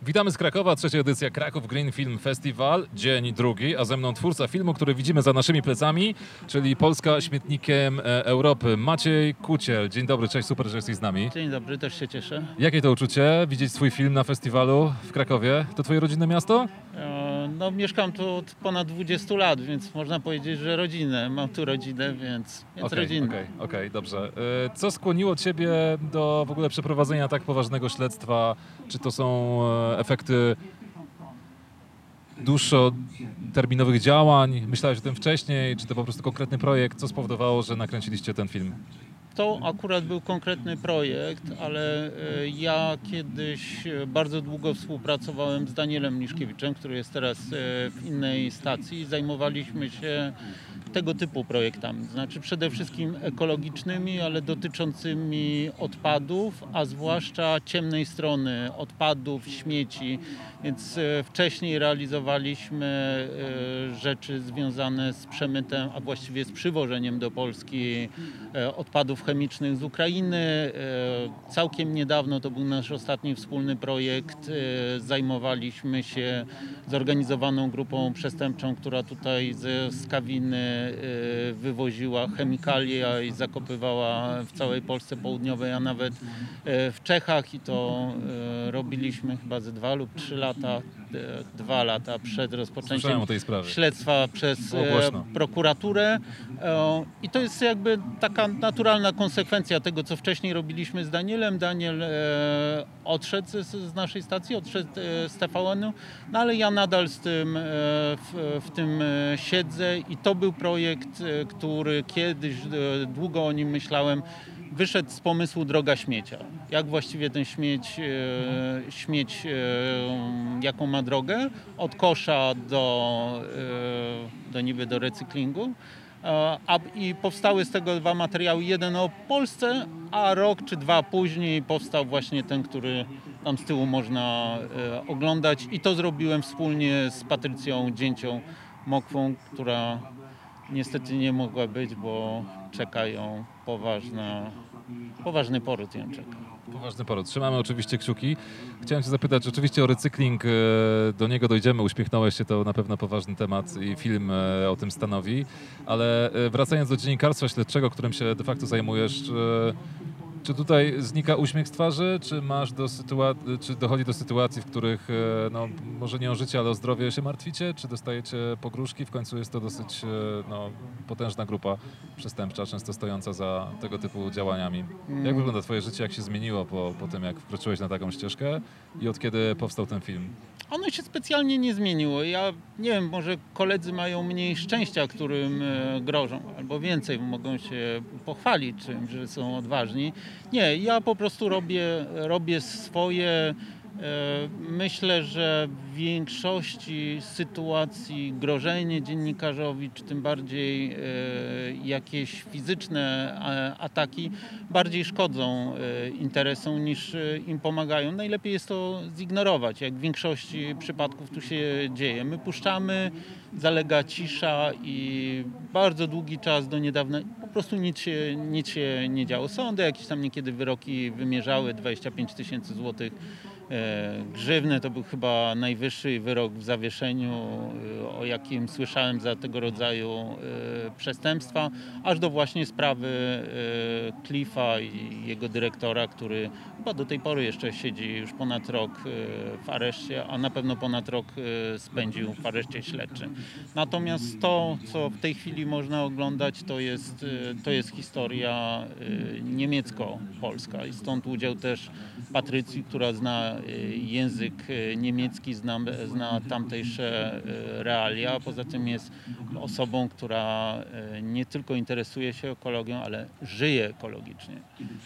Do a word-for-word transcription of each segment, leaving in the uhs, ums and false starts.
Witamy z Krakowa, trzecia edycja Kraków Green Film Festival, dzień drugi, a ze mną twórca filmu, który widzimy za naszymi plecami, czyli Polska śmietnikiem Europy, Maciej Kuciel. Dzień dobry, cześć, super, że jesteś z nami. Dzień dobry, też się cieszę. Jakie to uczucie, widzieć swój film na festiwalu w Krakowie? To twoje rodzinne miasto? E, No, mieszkam tu od ponad dwudziestu lat, więc można powiedzieć, że rodzinne. Mam tu rodzinę, więc, więc Okej, rodzinne. okej, okej, dobrze. Y, Co skłoniło ciebie do w ogóle przeprowadzenia tak poważnego śledztwa? Czy to są e, efekty dłuższoterminowych działań? Myślałeś o tym wcześniej? Czy to po prostu konkretny projekt? Co spowodowało, że nakręciliście ten film? To akurat był konkretny projekt, ale e, ja kiedyś e, bardzo długo współpracowałem z Danielem Liszkiewiczem, który jest teraz e, w innej stacji. Zajmowaliśmy się tego typu projektami, znaczy przede wszystkim ekologicznymi, ale dotyczącymi odpadów, a zwłaszcza ciemnej strony odpadów, śmieci. Więc e, wcześniej realizowaliśmy e, rzeczy związane z przemytem, a właściwie z przywożeniem do Polski e, odpadów chemicznych z Ukrainy. E, Całkiem niedawno, to był nasz ostatni wspólny projekt, e, zajmowaliśmy się zorganizowaną grupą przestępczą, która tutaj ze Skawiny e, wywoziła chemikalia i zakopywała w całej Polsce Południowej, a nawet e, w Czechach, i to e, robiliśmy chyba ze dwa lub trzy lata, e, dwa lata przed Słyszałem rozpoczęciem o tej sprawie. śledztwa przez Było e, głośno. prokuraturę. E, I to jest jakby taka naturalna konsekwencja tego, co wcześniej robiliśmy z Danielem. Daniel e, odszedł z, z naszej stacji, odszedł e, z T V N-u, no ale ja nadal z tym, e, w, w tym e, siedzę i to był projekt, e, który kiedyś, e, długo o nim myślałem, wyszedł z pomysłu droga śmiecia. Jak właściwie ten śmieć, e, śmieć e, jaką ma drogę, od kosza do, e, do niby do recyklingu. E, A, I powstały z tego dwa materiały, jeden o Polsce, a rok czy dwa później powstał właśnie ten, który tam z tyłu można e, oglądać, i to zrobiłem wspólnie z Patrycją Dzięcią Mokwą, która niestety nie mogła być, bo czeka ją poważna, poważny poród ją czeka. Poważny poród. Trzymamy oczywiście kciuki. Chciałem cię zapytać oczywiście o recykling. e, Do niego dojdziemy. Uśmiechnąłeś się, to na pewno poważny temat i film e, o tym stanowi. Ale e, wracając do dziennikarstwa śledczego, którym się de facto zajmujesz, e, czy tutaj znika uśmiech z twarzy, czy masz do sytua- czy dochodzi do sytuacji, w których e, no, może nie o życie, ale o zdrowie się martwicie? Czy dostajecie pogróżki? W końcu jest to dosyć e, no, potężna grupa przestępcza, często stojąca za tego typu działaniami. Jak wygląda twoje życie, jak się zmieniło po, po tym, jak wkroczyłeś na taką ścieżkę i od kiedy powstał ten film? Ono się specjalnie nie zmieniło. Ja nie wiem, może koledzy mają mniej szczęścia, którym e, grożą, albo więcej, mogą się pochwalić czymś, że są odważni. Nie, ja po prostu robię, robię swoje. E, Myślę, że w większości sytuacji grożenie dziennikarzowi, czy tym bardziej e, jakieś fizyczne e, ataki, bardziej szkodzą e, interesom niż e, im pomagają. Najlepiej jest to zignorować, jak w większości przypadków tu się dzieje. My puszczamy, zalega cisza i bardzo długi czas do niedawna po prostu nic się, nic się nie działo. Sądy jakieś tam niekiedy wyroki wymierzały, dwadzieścia pięć tysięcy złotych e, grzywny, to był chyba najwyższy wyrok w zawieszeniu, e, o jakim słyszałem za tego rodzaju e, przestępstwa, aż do właśnie sprawy e, Cliffa i jego dyrektora, który chyba do tej pory jeszcze siedzi już ponad rok e, w areszcie, a na pewno ponad rok e, spędził w areszcie śledczym. Natomiast to, co w tej chwili można oglądać, to jest, e, to jest historia e, niemiecko-polska, i stąd udział też Patrycji, która zna e, język e, niemiecki, zna, zna tamtejsze e, realia. Poza tym jest osobą, która e, nie tylko interesuje się ekologią, ale żyje ekologicznie.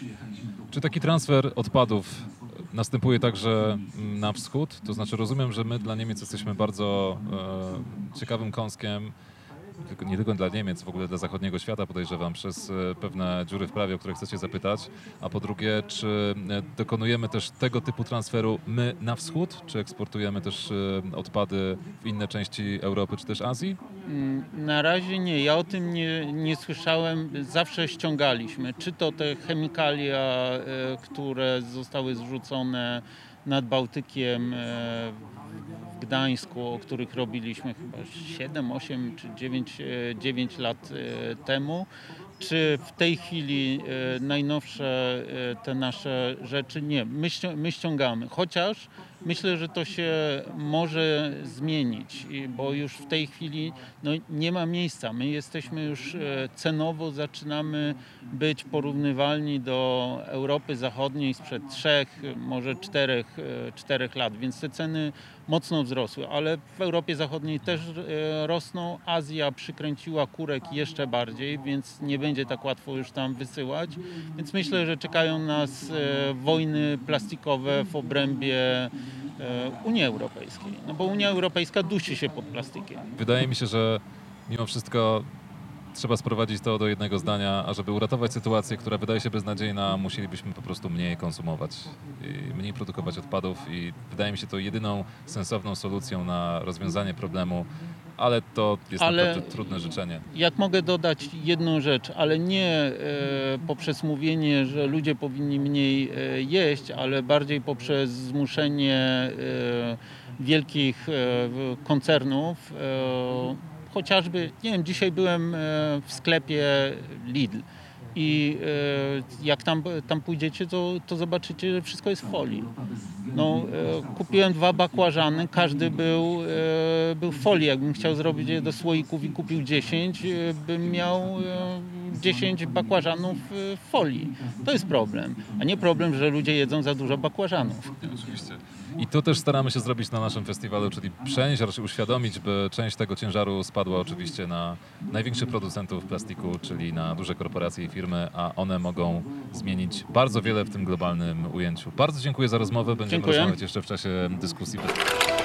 Czy taki transfer odpadów następuje także mm, na wschód? To znaczy rozumiem, że my dla Niemiec jesteśmy bardzo e, ciekawym kąskiem, tylko, nie tylko dla Niemiec, w ogóle dla zachodniego świata, podejrzewam, przez e, pewne dziury w prawie, o które chcecie zapytać. A po drugie, czy e, dokonujemy też tego typu transferu my na wschód? Czy eksportujemy też e, odpady w inne części Europy czy też Azji? Mm, Na razie nie, ja o tym nie, nie słyszałem. Zawsze ściągaliśmy, czy to te chemikalia, e, które zostały zrzucone nad Bałtykiem e, w Gdańsku, o których robiliśmy chyba siedem, osiem czy dziewięć lat e, temu. Czy w tej chwili e, najnowsze e, te nasze rzeczy? Nie, my, ści- my ściągamy, chociaż myślę, że to się może zmienić, i- bo już w tej chwili no, nie ma miejsca. My jesteśmy już e, cenowo, zaczynamy być porównywalni do Europy Zachodniej sprzed trzech, może czterech, e, czterech lat, więc te ceny mocno wzrosły, ale w Europie Zachodniej też e, rosną. Azja przykręciła kurek jeszcze bardziej, więc nie będzie tak łatwo już tam wysyłać. Więc myślę, że czekają nas e, wojny plastikowe w obrębie e, Unii Europejskiej. No bo Unia Europejska dusi się pod plastikiem. Wydaje mi się, że mimo wszystko trzeba sprowadzić to do jednego zdania, a żeby uratować sytuację, która wydaje się beznadziejna, musielibyśmy po prostu mniej konsumować, i mniej produkować odpadów i wydaje mi się to jedyną sensowną solucją na rozwiązanie problemu, ale to jest Ale- naprawdę trudne życzenie. Jak mogę dodać jedną rzecz, ale nie e, poprzez mówienie, że ludzie powinni mniej e, jeść, ale bardziej poprzez zmuszenie e, wielkich e, koncernów, e, chociażby, nie wiem, dzisiaj byłem e, w sklepie Lidl i e, jak tam, tam pójdziecie, to, to zobaczycie, że wszystko jest w folii. No, e, kupiłem dwa bakłażany, każdy był, e, był w folii. Jakbym chciał zrobić je do słoików i kupił dziesięć, e, bym miał e, dziesięć bakłażanów e, w folii. To jest problem, a nie problem, że ludzie jedzą za dużo bakłażanów. Oczywiście. I to też staramy się zrobić na naszym festiwalu, czyli przenieść, a raczej uświadomić, by część tego ciężaru spadła oczywiście na największych producentów plastiku, czyli na duże korporacje i firmy, a one mogą zmienić bardzo wiele w tym globalnym ujęciu. Bardzo dziękuję za rozmowę. Będziemy Dziękuję. rozmawiać jeszcze w czasie dyskusji.